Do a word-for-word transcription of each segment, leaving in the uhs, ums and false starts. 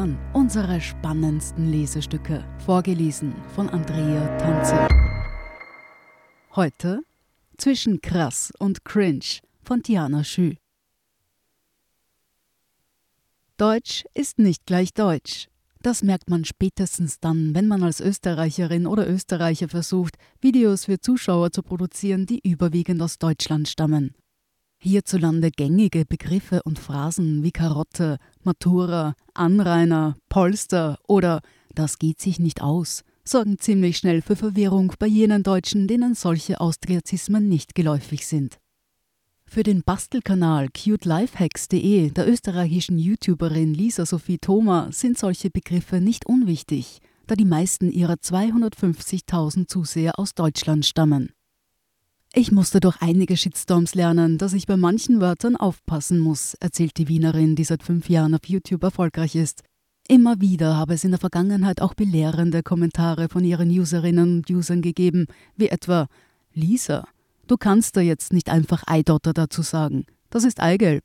Roman, unsere spannendsten Lesestücke, vorgelesen von Andrea Tanze. Heute Zwischen krass und cringe von Diana Schü. Deutsch ist nicht gleich Deutsch. Das merkt man spätestens dann, wenn man als Österreicherin oder Österreicher versucht, Videos für Zuschauer zu produzieren, die überwiegend aus Deutschland stammen. Hierzulande gängige Begriffe und Phrasen wie Karotte, Matura, Anrainer, Polster oder das geht sich nicht aus sorgen ziemlich schnell für Verwirrung bei jenen Deutschen, denen solche Austriazismen nicht geläufig sind. Für den Bastelkanal cute lifehacks punkt de der österreichischen YouTuberin Lisa Sophie Thoma sind solche Begriffe nicht unwichtig, da die meisten ihrer zweihundertfünfzigtausend Zuseher aus Deutschland stammen. Ich musste durch einige Shitstorms lernen, dass ich bei manchen Wörtern aufpassen muss, erzählt die Wienerin, die seit fünf Jahren auf YouTube erfolgreich ist. Immer wieder habe es in der Vergangenheit auch belehrende Kommentare von ihren Userinnen und Usern gegeben, wie etwa: Lisa, du kannst da jetzt nicht einfach Eidotter dazu sagen, das ist Eigelb.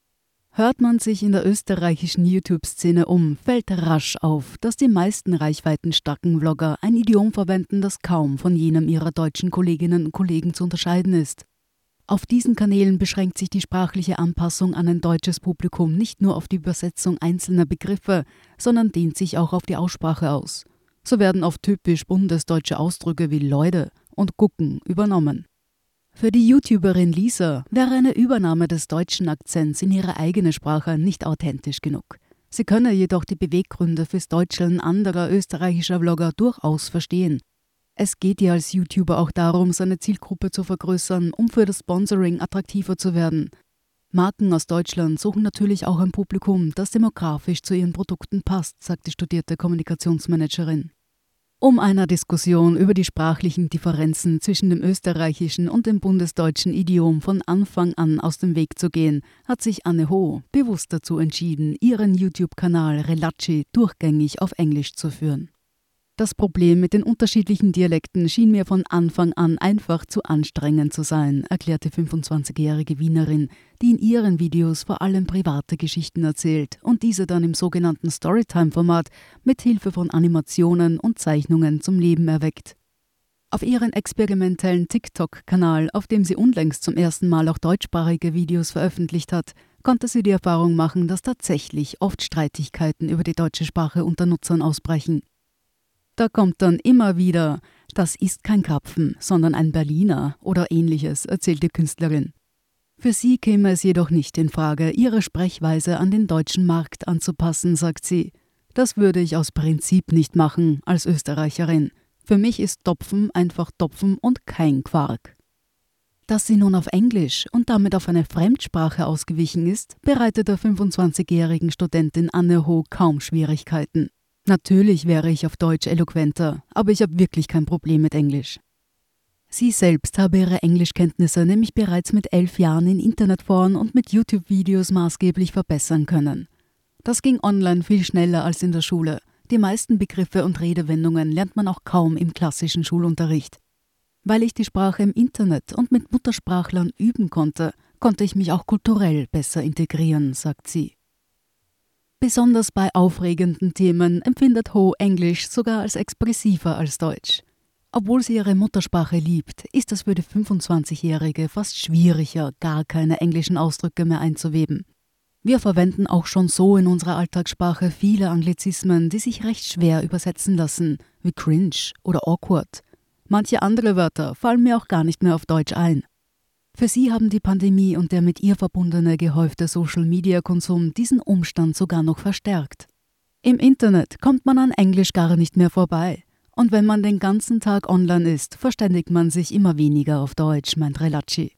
Hört man sich in der österreichischen YouTube-Szene um, fällt rasch auf, dass die meisten reichweitenstarken Vlogger ein Idiom verwenden, das kaum von jenem ihrer deutschen Kolleginnen und Kollegen zu unterscheiden ist. Auf diesen Kanälen beschränkt sich die sprachliche Anpassung an ein deutsches Publikum nicht nur auf die Übersetzung einzelner Begriffe, sondern dehnt sich auch auf die Aussprache aus. So werden oft typisch bundesdeutsche Ausdrücke wie Leute und Gucken übernommen. Für die YouTuberin Lisa wäre eine Übernahme des deutschen Akzents in ihre eigene Sprache nicht authentisch genug. Sie könne jedoch die Beweggründe fürs Deutscheln anderer österreichischer Vlogger durchaus verstehen. Es geht ihr als YouTuber auch darum, seine Zielgruppe zu vergrößern, um für das Sponsoring attraktiver zu werden. Marken aus Deutschland suchen natürlich auch ein Publikum, das demografisch zu ihren Produkten passt, sagt die studierte Kommunikationsmanagerin. Um einer Diskussion über die sprachlichen Differenzen zwischen dem österreichischen und dem bundesdeutschen Idiom von Anfang an aus dem Weg zu gehen, hat sich Anne Ho bewusst dazu entschieden, ihren YouTube-Kanal Relacci durchgängig auf Englisch zu führen. Das Problem mit den unterschiedlichen Dialekten schien mir von Anfang an einfach zu anstrengend zu sein, erklärte fünfundzwanzigjährige Wienerin, die in ihren Videos vor allem private Geschichten erzählt und diese dann im sogenannten Storytime-Format mit Hilfe von Animationen und Zeichnungen zum Leben erweckt. Auf ihren experimentellen TikTok-Kanal, auf dem sie unlängst zum ersten Mal auch deutschsprachige Videos veröffentlicht hat, konnte sie die Erfahrung machen, dass tatsächlich oft Streitigkeiten über die deutsche Sprache unter Nutzern ausbrechen. Da kommt dann immer wieder, das ist kein Krapfen, sondern ein Berliner oder ähnliches, erzählt die Künstlerin. Für sie käme es jedoch nicht in Frage, ihre Sprechweise an den deutschen Markt anzupassen, sagt sie. Das würde ich aus Prinzip nicht machen, als Österreicherin. Für mich ist Topfen einfach Topfen und kein Quark. Dass sie nun auf Englisch und damit auf eine Fremdsprache ausgewichen ist, bereitet der fünfundzwanzigjährigen Studentin Anne Ho kaum Schwierigkeiten. Natürlich wäre ich auf Deutsch eloquenter, aber ich habe wirklich kein Problem mit Englisch. Sie selbst habe ihre Englischkenntnisse nämlich bereits mit elf Jahren in Internetforen und mit YouTube-Videos maßgeblich verbessern können. Das ging online viel schneller als in der Schule. Die meisten Begriffe und Redewendungen lernt man auch kaum im klassischen Schulunterricht. Weil ich die Sprache im Internet und mit Muttersprachlern üben konnte, konnte ich mich auch kulturell besser integrieren, sagt sie. Besonders bei aufregenden Themen empfindet Ho Englisch sogar als expressiver als Deutsch. Obwohl sie ihre Muttersprache liebt, ist es für die fünfundzwanzigjährige fast schwieriger, gar keine englischen Ausdrücke mehr einzuweben. Wir verwenden auch schon so in unserer Alltagssprache viele Anglizismen, die sich recht schwer übersetzen lassen, wie cringe oder awkward. Manche andere Wörter fallen mir auch gar nicht mehr auf Deutsch ein. Für sie haben die Pandemie und der mit ihr verbundene gehäufte Social-Media-Konsum diesen Umstand sogar noch verstärkt. Im Internet kommt man an Englisch gar nicht mehr vorbei. Und wenn man den ganzen Tag online ist, verständigt man sich immer weniger auf Deutsch, meint Relacci.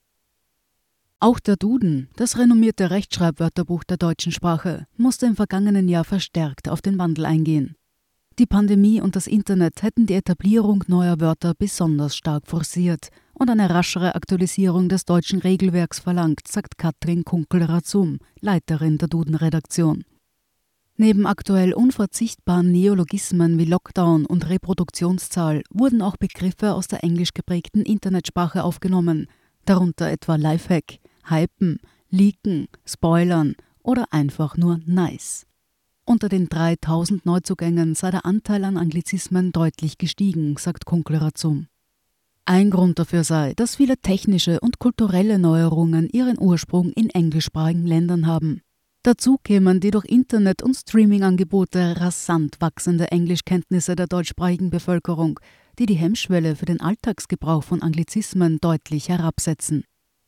Auch der Duden, das renommierte Rechtschreibwörterbuch der deutschen Sprache, musste im vergangenen Jahr verstärkt auf den Wandel eingehen. Die Pandemie und das Internet hätten die Etablierung neuer Wörter besonders stark forciert und eine raschere Aktualisierung des deutschen Regelwerks verlangt, sagt Katrin Kunkel-Razum, Leiterin der Duden-Redaktion. Neben aktuell unverzichtbaren Neologismen wie Lockdown und Reproduktionszahl wurden auch Begriffe aus der englisch geprägten Internetsprache aufgenommen, darunter etwa Lifehack, Hypen, Leaken, Spoilern oder einfach nur nice. Unter den dreitausend Neuzugängen sei der Anteil an Anglizismen deutlich gestiegen, sagt Kunkel-Razum. Ein Grund dafür sei, dass viele technische und kulturelle Neuerungen ihren Ursprung in englischsprachigen Ländern haben. Dazu kämen die durch Internet- und Streaming-Angebote rasant wachsende Englischkenntnisse der deutschsprachigen Bevölkerung, die die Hemmschwelle für den Alltagsgebrauch von Anglizismen deutlich herabsetzen.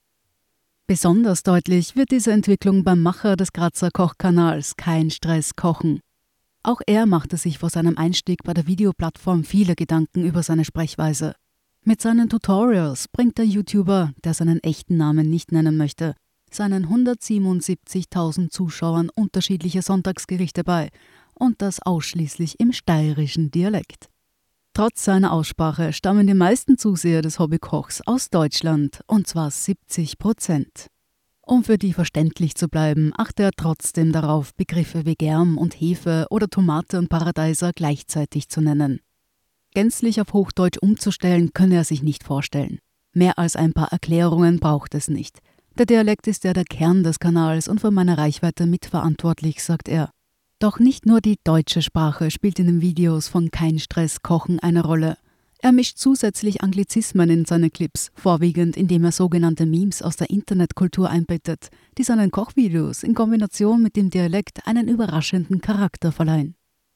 Besonders deutlich wird diese Entwicklung beim Macher des Grazer Kochkanals Kein Stress Kochen. Auch er machte sich vor seinem Einstieg bei der Videoplattform viele Gedanken über seine Sprechweise. Mit seinen Tutorials bringt der YouTuber, der seinen echten Namen nicht nennen möchte, seinen hundertsiebenundsiebzigtausend Zuschauern unterschiedliche Sonntagsgerichte bei und das ausschließlich im steirischen Dialekt. Trotz seiner Aussprache stammen die meisten Zuseher des Hobbykochs aus Deutschland, und zwar siebzig Prozent. Um für die verständlich zu bleiben, achte er trotzdem darauf, Begriffe wie Germ und Hefe oder Tomate und Paradeiser gleichzeitig zu nennen. Gänzlich auf Hochdeutsch umzustellen, könne er sich nicht vorstellen. Mehr als ein paar Erklärungen braucht es nicht. Der Dialekt ist ja der Kern des Kanals und für meine Reichweite mitverantwortlich, sagt er. Doch nicht nur die deutsche Sprache spielt in den Videos von Kein Stress Kochen eine Rolle. Er mischt zusätzlich Anglizismen in seine Clips, vorwiegend indem er sogenannte Memes aus der Internetkultur einbettet, die seinen Kochvideos in Kombination mit dem Dialekt einen überraschenden Charakter verleihen.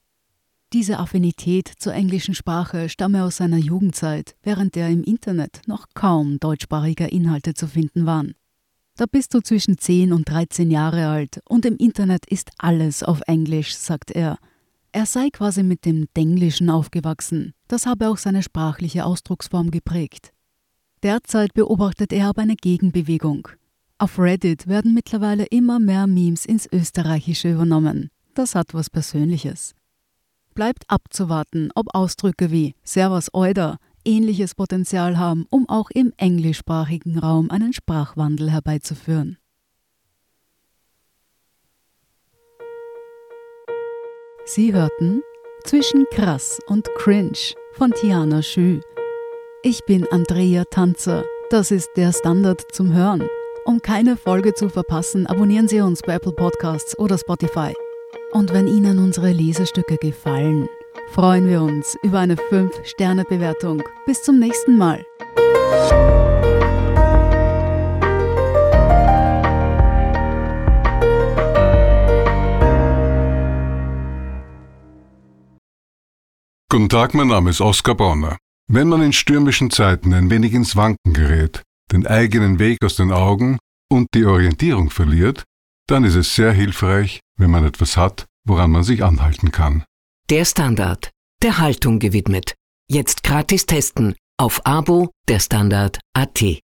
Diese Affinität zur englischen Sprache stamme aus seiner Jugendzeit, während der im Internet noch kaum deutschsprachige Inhalte zu finden waren. Da bist du zwischen zehn und dreizehn Jahre alt und im Internet ist alles auf Englisch, sagt er. Er sei quasi mit dem Denglischen aufgewachsen, das habe auch seine sprachliche Ausdrucksform geprägt. Derzeit beobachtet er aber eine Gegenbewegung. Auf Reddit werden mittlerweile immer mehr Memes ins Österreichische übernommen. Das hat was Persönliches. Bleibt abzuwarten, ob Ausdrücke wie Servus Euder ähnliches Potenzial haben, um auch im englischsprachigen Raum einen Sprachwandel herbeizuführen. Sie hörten Zwischen Krass und Cringe von Tiana Schü. Ich bin Andrea Tanzer. Das ist der Standard zum Hören. Um keine Folge zu verpassen, abonnieren Sie uns bei Apple Podcasts oder Spotify. Und wenn Ihnen unsere Lesestücke gefallen, freuen wir uns über eine fünf Sterne Bewertung. Bis zum nächsten Mal. Guten Tag, mein Name ist Oskar Bronner. Wenn man in stürmischen Zeiten ein wenig ins Wanken gerät, den eigenen Weg aus den Augen und die Orientierung verliert, dann ist es sehr hilfreich, wenn man etwas hat, woran man sich anhalten kann. Der Standard, der Haltung gewidmet. Jetzt gratis testen auf Abo der Standard punkt at.